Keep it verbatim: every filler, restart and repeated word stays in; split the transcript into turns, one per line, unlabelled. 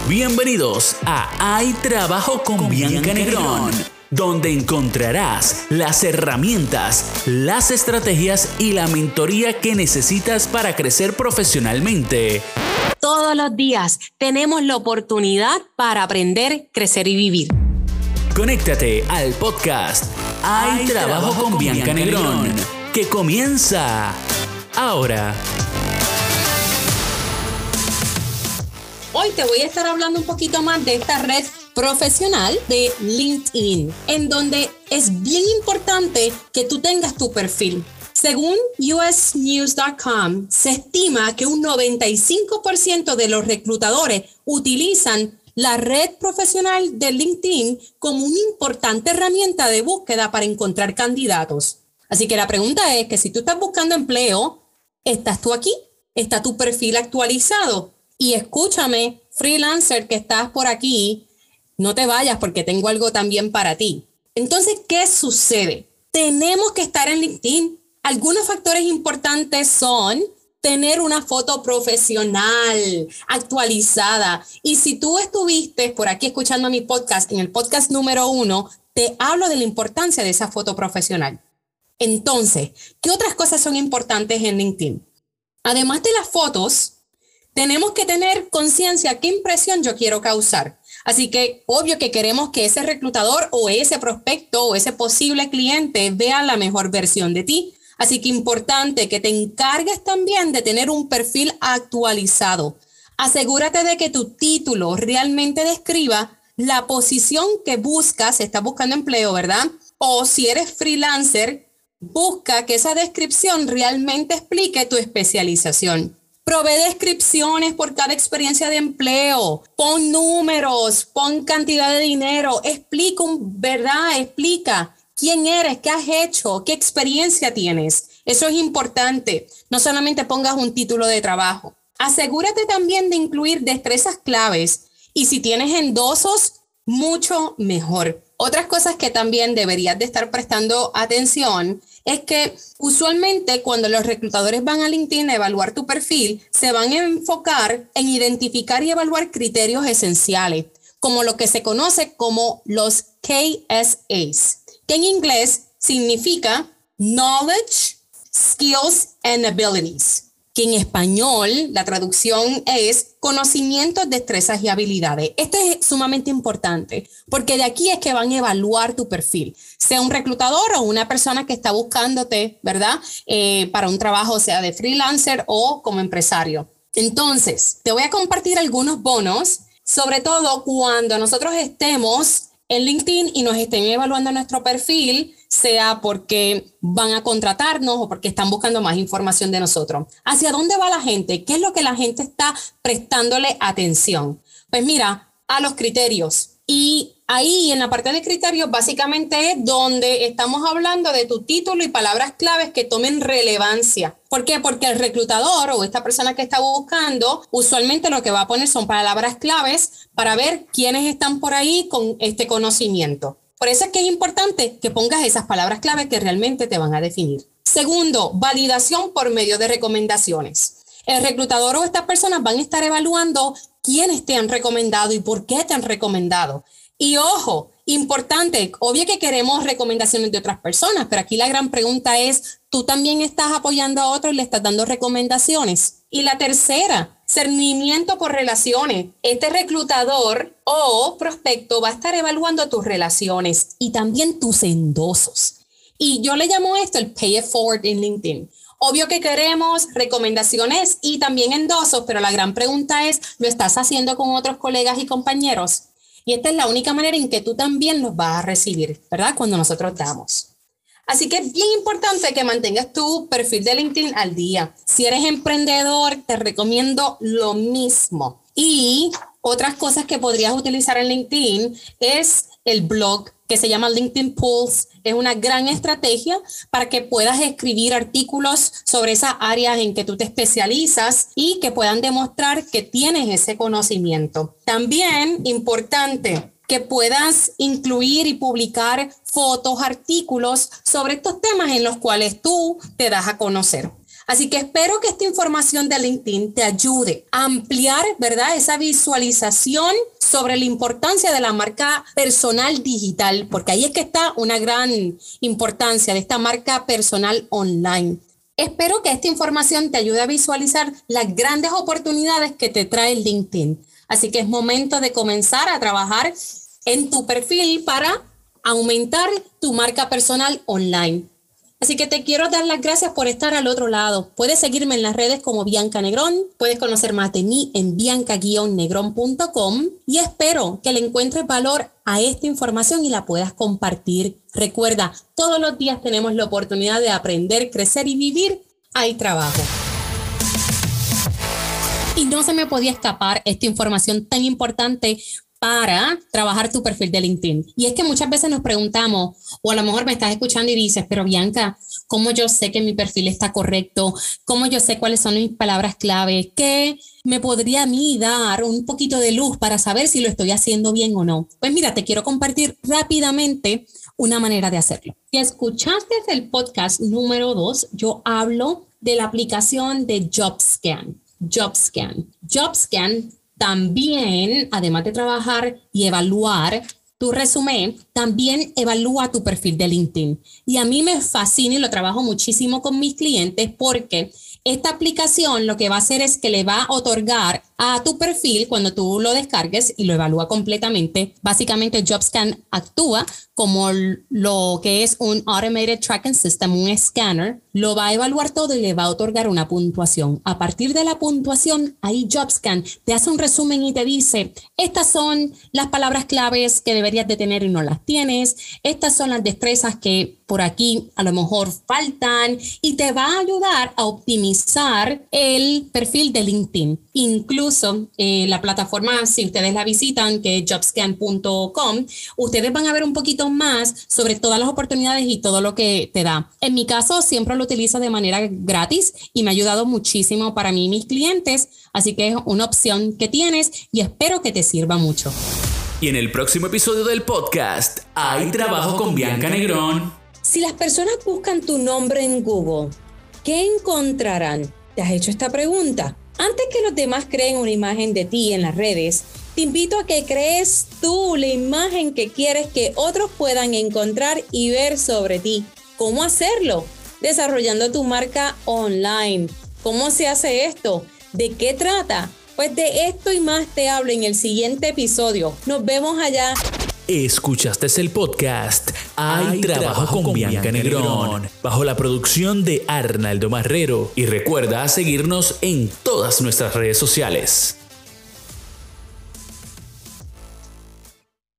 Bienvenidos a Hay Trabajo con, con Bianca Negrón, donde encontrarás las herramientas, las estrategias y la mentoría que necesitas para crecer profesionalmente.
Todos los días tenemos la oportunidad para aprender, crecer y vivir.
Conéctate al podcast Hay, Hay Trabajo, Trabajo con, con Bianca Negrón, Negrón, que comienza ahora.
Hoy te voy a estar hablando un poquito más de esta red profesional de LinkedIn, en donde es bien importante que tú tengas tu perfil. Según U S News punto com, se estima que un noventa y cinco por ciento de los reclutadores utilizan la red profesional de LinkedIn como una importante herramienta de búsqueda para encontrar candidatos. Así que la pregunta es que si tú estás buscando empleo, ¿estás tú aquí? ¿Está tu perfil actualizado? Y escúchame, freelancer que estás por aquí, no te vayas porque tengo algo también para ti. Entonces, ¿qué sucede? Tenemos que estar en LinkedIn. Algunos factores importantes son tener una foto profesional, actualizada. Y si tú estuviste por aquí escuchando mi podcast, en el podcast número uno, te hablo de la importancia de esa foto profesional. Entonces, ¿qué otras cosas son importantes en LinkedIn? Además de las fotos, tenemos que tener conciencia qué impresión yo quiero causar. Así que obvio que queremos que ese reclutador o ese prospecto o ese posible cliente vea la mejor versión de ti. Así que importante que te encargues también de tener un perfil actualizado. Asegúrate de que tu título realmente describa la posición que buscas, si estás buscando empleo, ¿verdad? O si eres freelancer, busca que esa descripción realmente explique tu especialización. Provee descripciones por cada experiencia de empleo, pon números, pon cantidad de dinero, explica, ¿verdad? Explica quién eres, qué has hecho, qué experiencia tienes. Eso es importante. No solamente pongas un título de trabajo. Asegúrate también de incluir destrezas claves y si tienes endosos, mucho mejor. Otras cosas que también deberías de estar prestando atención es que usualmente cuando los reclutadores van a LinkedIn a evaluar tu perfil, se van a enfocar en identificar y evaluar criterios esenciales, como lo que se conoce como los K S As, que en inglés significa Knowledge, Skills and Abilities, que en español la traducción es conocimientos, destrezas y habilidades. Esto es sumamente importante porque de aquí es que van a evaluar tu perfil, sea un reclutador o una persona que está buscándote, ¿verdad? Eh, para un trabajo, sea de freelancer o como empresario. Entonces, te voy a compartir algunos bonos, sobre todo cuando nosotros estemos en LinkedIn y nos estén evaluando nuestro perfil, sea porque van a contratarnos o porque están buscando más información de nosotros. ¿Hacia dónde va la gente? ¿Qué es lo que la gente está prestándole atención? Pues mira, a los criterios. Y ahí en la parte de criterios básicamente es donde estamos hablando de tu título y palabras claves que tomen relevancia. ¿Por qué? Porque el reclutador o esta persona que está buscando usualmente lo que va a poner son palabras claves para ver quiénes están por ahí con este conocimiento. Por eso es que es importante que pongas esas palabras claves que realmente te van a definir. Segundo, validación por medio de recomendaciones. El reclutador o estas personas van a estar evaluando quiénes te han recomendado y por qué te han recomendado. Y ojo, importante, obvio que queremos recomendaciones de otras personas, pero aquí la gran pregunta es, ¿tú también estás apoyando a otros y le estás dando recomendaciones? Y la tercera, cernimiento por relaciones. Este reclutador o prospecto va a estar evaluando tus relaciones y también tus endosos. Y yo le llamo esto el pay it forward en LinkedIn. Obvio que queremos recomendaciones y también endosos, pero la gran pregunta es, ¿lo estás haciendo con otros colegas y compañeros? Y esta es la única manera en que tú también los vas a recibir, ¿verdad? Cuando nosotros damos. Así que es bien importante que mantengas tu perfil de LinkedIn al día. Si eres emprendedor, te recomiendo lo mismo. Y otras cosas que podrías utilizar en LinkedIn es el blog, que se llama LinkedIn Pulse. Es una gran estrategia para que puedas escribir artículos sobre esas áreas en que tú te especializas y que puedan demostrar que tienes ese conocimiento. También importante que puedas incluir y publicar fotos, artículos sobre estos temas en los cuales tú te das a conocer. Así que espero que esta información de LinkedIn te ayude a ampliar, ¿verdad?, esa visualización sobre la importancia de la marca personal digital, porque ahí es que está una gran importancia de esta marca personal online. Espero que esta información te ayude a visualizar las grandes oportunidades que te trae LinkedIn. Así que es momento de comenzar a trabajar en tu perfil para aumentar tu marca personal online. Así que te quiero dar las gracias por estar al otro lado. Puedes seguirme en las redes como Bianca Negrón, puedes conocer más de mí en bianca guion negrón punto com y espero que le encuentres valor a esta información y la puedas compartir. Recuerda, todos los días tenemos la oportunidad de aprender, crecer y vivir. Hay trabajo. Y no se me podía escapar esta información tan importante para trabajar tu perfil de LinkedIn. Y es que muchas veces nos preguntamos, o a lo mejor me estás escuchando y dices, pero Bianca, ¿cómo yo sé que mi perfil está correcto? ¿Cómo yo sé cuáles son mis palabras clave? ¿Qué me podría a mí dar un poquito de luz para saber si lo estoy haciendo bien o no? Pues mira, te quiero compartir rápidamente una manera de hacerlo. Si escuchaste el podcast número dos, yo hablo de la aplicación de JobScan. JobScan. JobScan también, además de trabajar y evaluar tu resumen, también evalúa tu perfil de LinkedIn. Y a mí me fascina y lo trabajo muchísimo con mis clientes porque esta aplicación lo que va a hacer es que le va a otorgar a tu perfil, cuando tú lo descargues y lo evalúa completamente, básicamente JobScan actúa como lo que es un Automated Tracking System, un escáner, lo va a evaluar todo y le va a otorgar una puntuación. A partir de la puntuación, ahí JobScan te hace un resumen y te dice, estas son las palabras claves que deberías de tener y no las tienes, estas son las destrezas que por aquí a lo mejor faltan y te va a ayudar a optimizar el perfil de LinkedIn. Incluso eh, la plataforma, si ustedes la visitan, que es jobscan punto com, ustedes van a ver un poquito más sobre todas las oportunidades y todo lo que te da. En mi caso, siempre lo utilizo de manera gratis y me ha ayudado muchísimo para mí y mis clientes, así que es una opción que tienes y espero que te sirva mucho.
Y en el próximo episodio del podcast, Hay Trabajo con Bianca Negrón.
Si las personas buscan tu nombre en Google, ¿qué encontrarán? ¿Te has hecho esta pregunta? Antes que los demás creen una imagen de ti en las redes, te invito a que crees tú la imagen que quieres que otros puedan encontrar y ver sobre ti. ¿Cómo hacerlo? Desarrollando tu marca online. ¿Cómo se hace esto? ¿De qué trata? Pues de esto y más te hablo en el siguiente episodio. Nos vemos allá.
Escuchaste el podcast Hay, Hay Trabajo, trabajo con, con Bianca Negrón, Negrón, bajo la producción de Arnaldo Marrero. Y recuerda seguirnos en todas nuestras redes sociales.